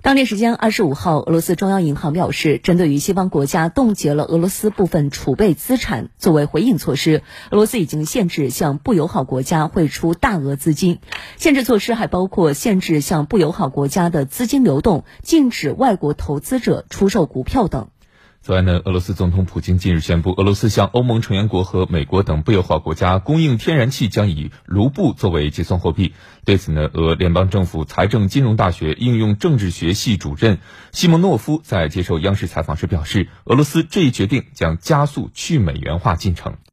当地时间25号，俄罗斯中央银行表示，针对于西方国家冻结了俄罗斯部分储备资产，作为回应措施，俄罗斯已经限制向不友好国家汇出大额资金。限制措施还包括限制向不友好国家的资金流动，禁止外国投资者出售股票等。 此外呢，俄罗斯总统普京近日宣布，俄罗斯向欧盟成员国和美国等不友好国家供应天然气将以卢布作为结算货币。对此呢，俄联邦政府财政金融大学应用政治学系主任西蒙诺夫在接受央视采访时表示，俄罗斯这一决定将加速去美元化进程。